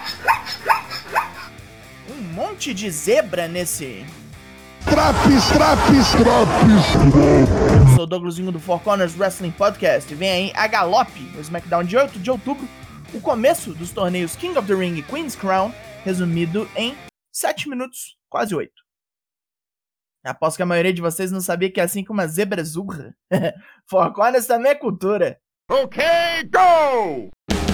Um monte de zebra nesse... Traps. Eu sou o Douglasinho do Four Corners Wrestling Podcast e vem aí a galope no SmackDown de 8 de outubro, o começo dos torneios King of the Ring e Queen's Crown, resumido em 7 minutos, quase 8. Aposto que a maioria de vocês não sabia que assim como a zebra zurra, Four Corners também é cultura. Ok, go!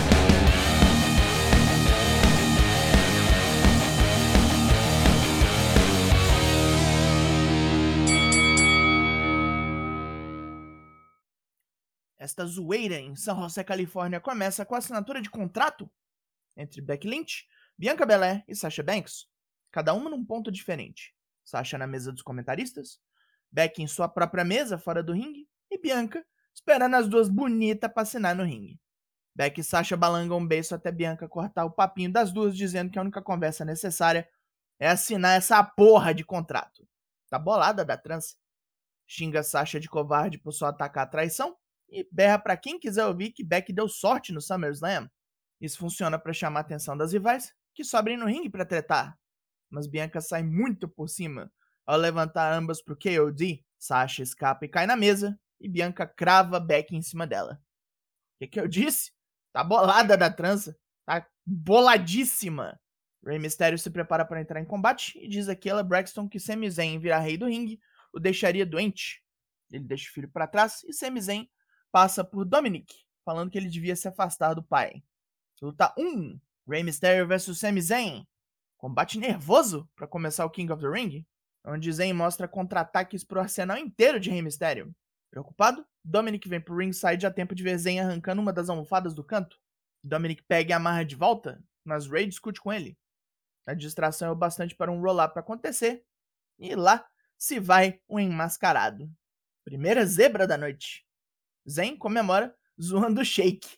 Esta zoeira em San José, Califórnia, começa com a assinatura de contrato entre Becky Lynch, Bianca Belair e Sasha Banks, cada uma num ponto diferente. Sasha na mesa dos comentaristas, Becky em sua própria mesa fora do ringue e Bianca esperando as duas bonitas pra assinar no ringue. Becky e Sasha balangam um beijo até Bianca cortar o papinho das duas, dizendo que a única conversa necessária é assinar essa porra de contrato. Tá bolada da trança. Xinga Sasha de covarde por só atacar a traição e berra pra quem quiser ouvir que Becky deu sorte no SummerSlam. Isso funciona pra chamar a atenção das rivais, que sobem no ringue pra tretar. Mas Bianca sai muito por cima ao levantar ambas pro KOD. Sasha escapa e cai na mesa, e Bianca crava Becky em cima dela. O que eu disse? Tá bolada da trança. Tá boladíssima. Rey Mysterio se prepara para entrar em combate e diz a Kayla Braxton que Sami Zayn virar rei do ringue o deixaria doente. Ele deixa o filho para trás e Sami Zayn passa por Dominic, falando que ele devia se afastar do pai. Luta 1. Rey Mysterio vs Sami Zayn. Combate nervoso para começar o King of the Ring, onde Zayn mostra contra-ataques pro arsenal inteiro de Rey Mysterio. Preocupado, Dominic vem pro ringside a tempo de ver Zayn arrancando uma das almofadas do canto. Dominic pega e amarra de volta, mas Rey discute com ele. A distração é o bastante para um roll-up acontecer, e lá se vai um enmascarado. Primeira zebra da noite. Zayn comemora zoando o Shake.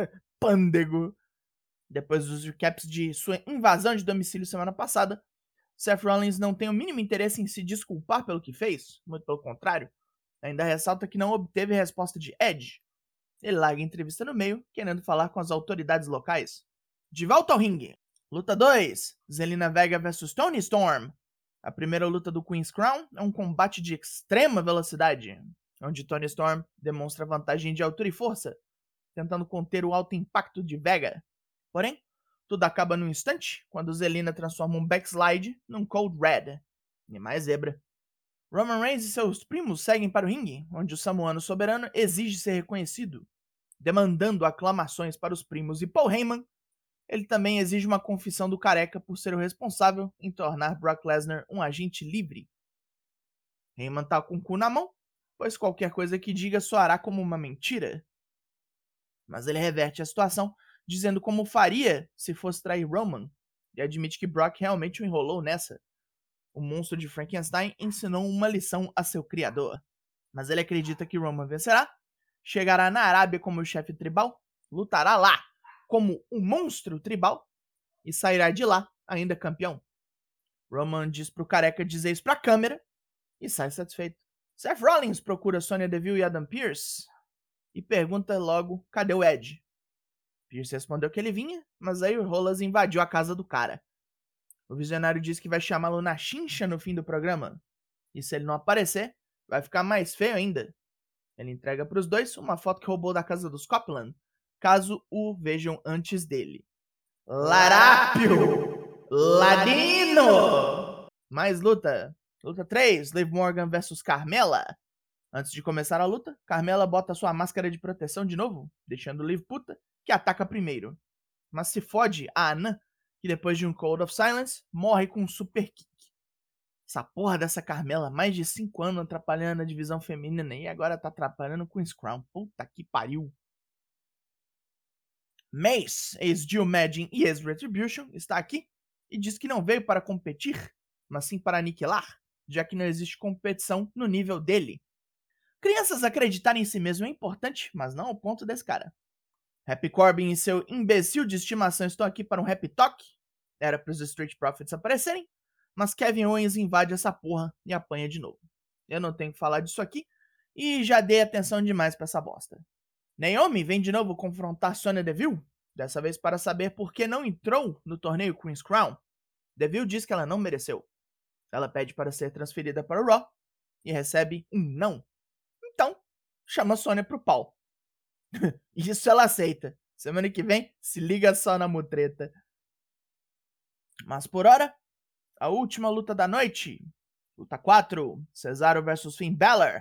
Pândego. Depois dos recaps de sua invasão de domicílio semana passada, Seth Rollins não tem o mínimo interesse em se desculpar pelo que fez, muito pelo contrário. Ainda ressalta que não obteve resposta de Edge. Ele larga a entrevista no meio, querendo falar com as autoridades locais. De volta ao ringue. Luta 2. Zelina Vega vs Toni Storm. A primeira luta do Queen's Crown é um combate de extrema velocidade, onde Toni Storm demonstra vantagem de altura e força, tentando conter o alto impacto de Vega. Porém, tudo acaba num instante, quando Zelina transforma um backslide num Cold Red. E mais zebra. Roman Reigns e seus primos seguem para o ringue, onde o samoano soberano exige ser reconhecido, demandando aclamações para os primos e Paul Heyman. Ele também exige uma confissão do careca por ser o responsável em tornar Brock Lesnar um agente livre. Heyman tá com o cu na mão, pois qualquer coisa que diga soará como uma mentira. Mas ele reverte a situação, dizendo como faria se fosse trair Roman, e admite que Brock realmente o enrolou nessa. O monstro de Frankenstein ensinou uma lição a seu criador. Mas ele acredita que Roman vencerá, chegará na Arábia como o chefe tribal, lutará lá como o monstro tribal e sairá de lá ainda campeão. Roman diz pro careca dizer isso pra câmera e sai satisfeito. Seth Rollins procura Sonya Deville e Adam Pearce e pergunta logo cadê o Edge. Pearce respondeu que ele vinha, mas aí o Rollins invadiu a casa do cara. O visionário diz que vai chamá-lo na chincha no fim do programa. E se ele não aparecer, vai ficar mais feio ainda. Ele entrega para os dois uma foto que roubou da casa dos Copeland, caso o vejam antes dele. Larápio! Ladino! Mais luta. Luta 3, Liv Morgan vs Carmella. Antes de começar a luta, Carmella bota sua máscara de proteção de novo, deixando Liv puta, que ataca primeiro. Mas se fode a Anã, que depois de um Code of Silence, morre com um super kick. Essa porra dessa Carmella, mais de 5 anos atrapalhando a divisão feminina e agora tá atrapalhando o Queen's Crown. Puta que pariu. Mace, ex-Jill Madden e ex-Retribution, está aqui e diz que não veio para competir, mas sim para aniquilar, já que não existe competição no nível dele. Crianças acreditarem em si mesmo é importante, mas não ao ponto desse cara. Happy Corbin e seu imbecil de estimação estão aqui para um Happy Talk. Era para os Street Profits aparecerem, mas Kevin Owens invade essa porra e apanha de novo. Eu não tenho que falar disso aqui e já dei atenção demais pra essa bosta. Naomi vem de novo confrontar Sonya Deville dessa vez para saber por que não entrou no torneio Queen's Crown. Deville diz que ela não mereceu. Ela pede para ser transferida para o Raw e recebe um não. Então, chama Sonya pro pau. Isso ela aceita. Semana que vem, se liga só na mutreta. Mas por hora, a última luta da noite. Luta 4, Cesaro vs Finn Balor.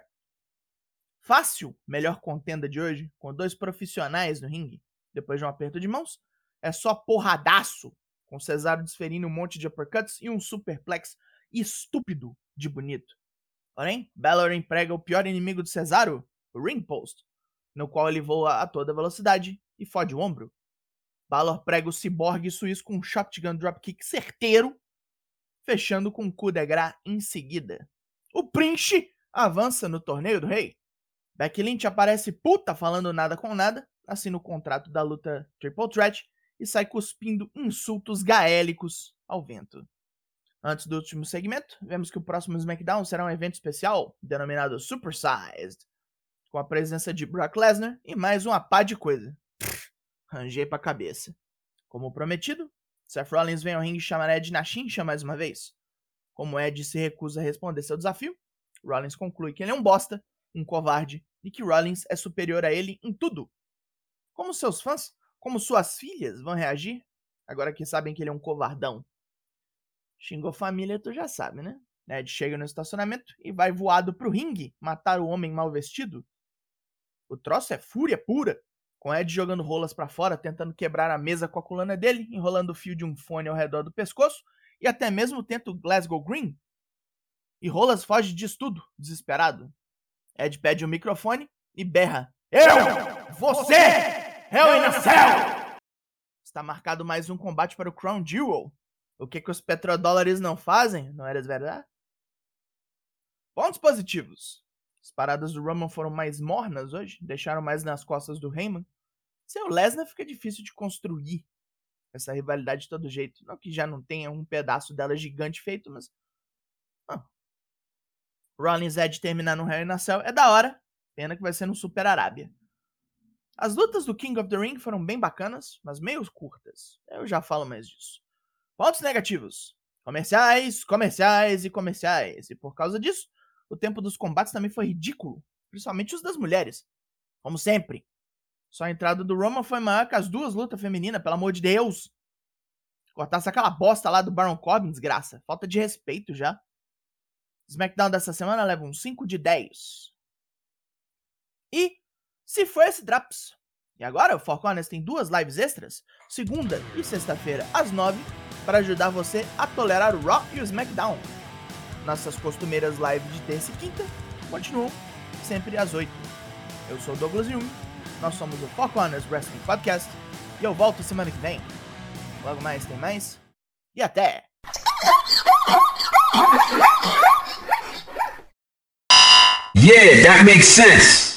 Fácil, melhor contenda de hoje, com 2 profissionais no ringue. Depois de um aperto de mãos, é só porradaço, com Cesaro desferindo um monte de uppercuts e um superplex estúpido de bonito. Porém, Balor emprega o pior inimigo de Cesaro, o ring post, no qual ele voa a toda velocidade e fode o ombro. Balor prega o ciborgue suíço com um shotgun dropkick certeiro, fechando com um coup de grace em seguida. O Prince avança no torneio do rei. Becky Lynch aparece puta falando nada com nada, assina o contrato da luta Triple Threat e sai cuspindo insultos gaélicos ao vento. Antes do último segmento, vemos que o próximo SmackDown será um evento especial, denominado Supersized, com a presença de Brock Lesnar e mais uma pá de coisa. Ranjei pra cabeça. Como prometido, Seth Rollins vem ao ringue chamar Ed na chincha mais uma vez. Como Ed se recusa a responder seu desafio, Rollins conclui que ele é um bosta, um covarde e que Rollins é superior a ele em tudo. Como seus fãs, como suas filhas vão reagir, agora que sabem que ele é um covardão? Xingou família, tu já sabe, né? Ed chega no estacionamento e vai voado pro ringue matar o homem mal vestido. O troço é fúria pura, com Ed jogando rolas pra fora, tentando quebrar a mesa com a coluna dele, enrolando o fio de um fone ao redor do pescoço e até mesmo tenta o Glasgow Green. E Rolas foge disso tudo, desesperado. Ed pede o microfone e berra: Eu! Você! Hell in a Cell! Está marcado mais um combate para o Crown Jewel. O que os petrodólares não fazem, não era verdade? Pontos positivos. As paradas do Roman foram mais mornas hoje, deixaram mais nas costas do Heyman. Sem o Lesnar fica difícil de construir essa rivalidade de todo jeito. Não que já não tenha um pedaço dela gigante feito, mas... Rollins Edge terminar no Hell in a Cell é da hora. Pena que vai ser no Super Arábia. As lutas do King of the Ring foram bem bacanas, mas meio curtas. Eu já falo mais disso. Pontos negativos. Comerciais, comerciais e comerciais. E por causa disso, o tempo dos combates também foi ridículo. Principalmente os das mulheres. Como sempre. Só a entrada do Roman foi maior que as 2 lutas femininas, pelo amor de Deus. Cortasse aquela bosta lá do Baron Corbin, desgraça. Falta de respeito já. SmackDown dessa semana leva um 5 de 10. E se foi esse Drops. E agora o Four Corners tem 2 lives extras, segunda e sexta-feira às 9, para ajudar você a tolerar o Raw e o SmackDown. Nossas costumeiras lives de terça e quinta continuam sempre às 8. Eu sou o Douglas Jung, nós somos o Four Corners Wrestling Podcast e eu volto semana que vem. Logo mais tem mais e até! Yeah, that makes sense.